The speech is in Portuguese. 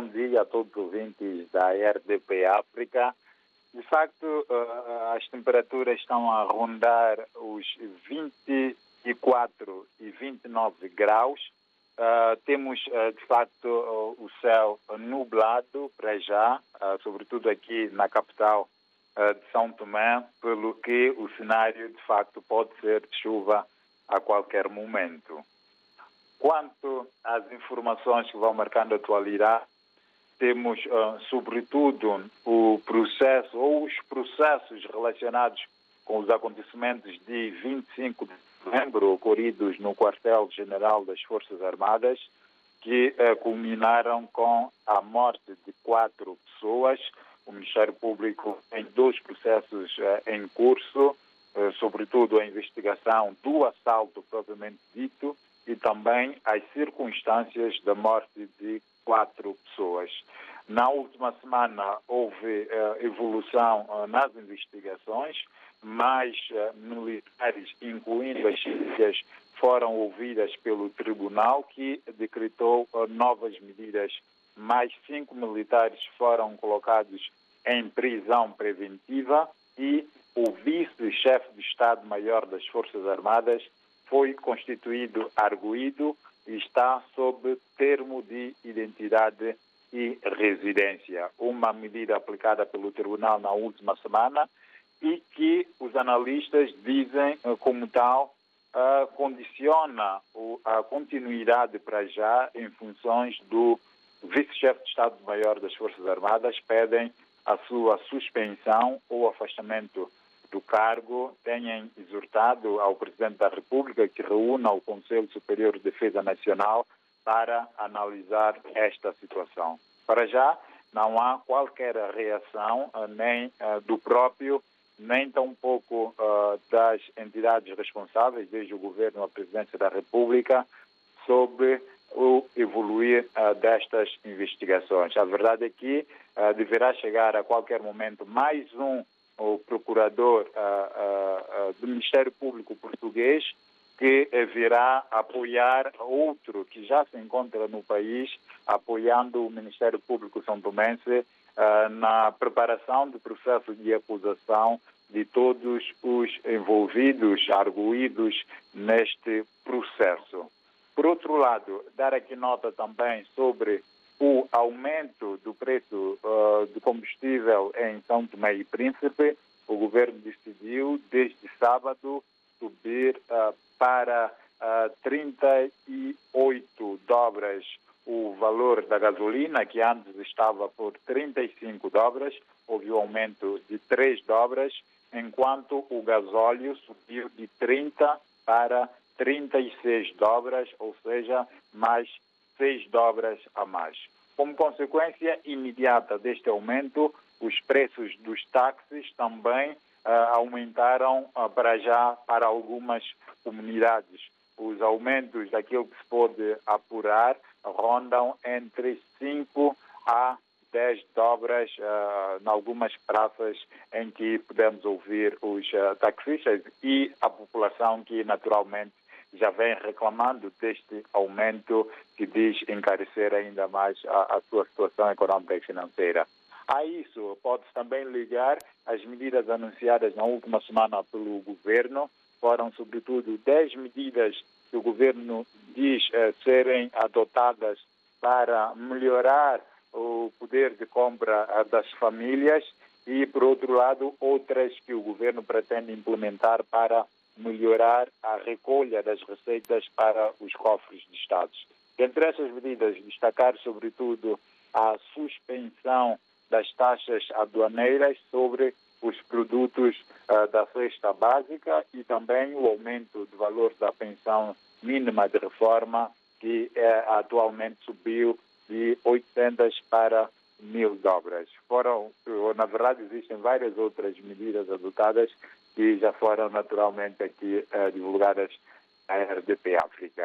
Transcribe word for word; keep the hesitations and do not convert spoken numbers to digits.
bom dia a todos os ouvintes da R D P África. De facto, as temperaturas estão a rondar os vinte e quatro e vinte e nove graus. Uh, temos, uh, de facto, uh, o céu nublado para já, uh, sobretudo aqui na capital uh, de São Tomé, pelo que o cenário, de facto, pode ser de chuva a qualquer momento. Quanto às informações que vão marcando a atualidade, temos, uh, sobretudo, o processo ou os processos relacionados com os acontecimentos de vinte e cinco de novembro ocorridos no quartel-general das Forças Armadas, que uh, culminaram com a morte de quatro pessoas. O Ministério Público tem dois processos uh, em curso, uh, sobretudo a investigação do assalto propriamente dito e também as circunstâncias da morte de quatro pessoas. Na última semana houve uh, evolução uh, nas investigações, mais uh, militares, incluindo as civis, foram ouvidas pelo tribunal, que decretou uh, novas medidas. Mais cinco militares foram colocados em prisão preventiva e o vice-chefe de Estado-Maior das Forças Armadas foi constituído arguido e está sob termo de identidade e residência. Uma medida aplicada pelo tribunal na última semana e que os analistas dizem, como tal, uh, condiciona a continuidade para já em funções do vice-chefe de Estado-Maior das Forças Armadas, pedem a sua suspensão ou afastamento do cargo, tenham exortado ao Presidente da República que reúna o Conselho Superior de Defesa Nacional para analisar esta situação. Para já, não há qualquer reação, nem uh, do próprio, nem tampouco uh, das entidades responsáveis, desde o Governo à Presidência da República, sobre o evoluir uh, destas investigações. A verdade é que uh, deverá chegar a qualquer momento mais um o procurador uh, uh, uh, do Ministério Público português, que uh, virá apoiar outro que já se encontra no país, apoiando o Ministério Público São Tomense uh, na preparação do processo de acusação de todos os envolvidos, arguídos neste processo. Por outro lado, dar aqui nota também sobre o aumento do preço uh, do combustível em São Tomé e Príncipe. O governo decidiu, desde sábado, subir uh, para uh, trinta e oito dobras o valor da gasolina, que antes estava por trinta e cinco dobras. Houve um aumento de três dobras, enquanto o gasóleo subiu de trinta para trinta e seis dobras, ou seja, mais seis dobras a mais. Como consequência imediata deste aumento, os preços dos táxis também uh, aumentaram uh, para já para algumas comunidades. Os aumentos daquilo que se pode apurar rondam entre cinco a dez dobras uh, em algumas praças em que podemos ouvir os uh, taxistas e a população que naturalmente já vem reclamando deste aumento que diz encarecer ainda mais a, a sua situação econômica e financeira. A isso pode-se também ligar as medidas anunciadas na última semana pelo governo. Foram, sobretudo, dez medidas que o governo diz eh, serem adotadas para melhorar o poder de compra eh, das famílias e, por outro lado, outras que o governo pretende implementar para melhorar a recolha das receitas para os cofres de Estados. Entre essas medidas, destacar sobretudo a suspensão das taxas aduaneiras sobre os produtos uh, da cesta básica e também o aumento do valor da pensão mínima de reforma, que uh, atualmente subiu de oitocentas para mil dobras. Foram, na verdade, existem várias outras medidas adotadas que já foram naturalmente aqui uh, divulgadas à R D P África.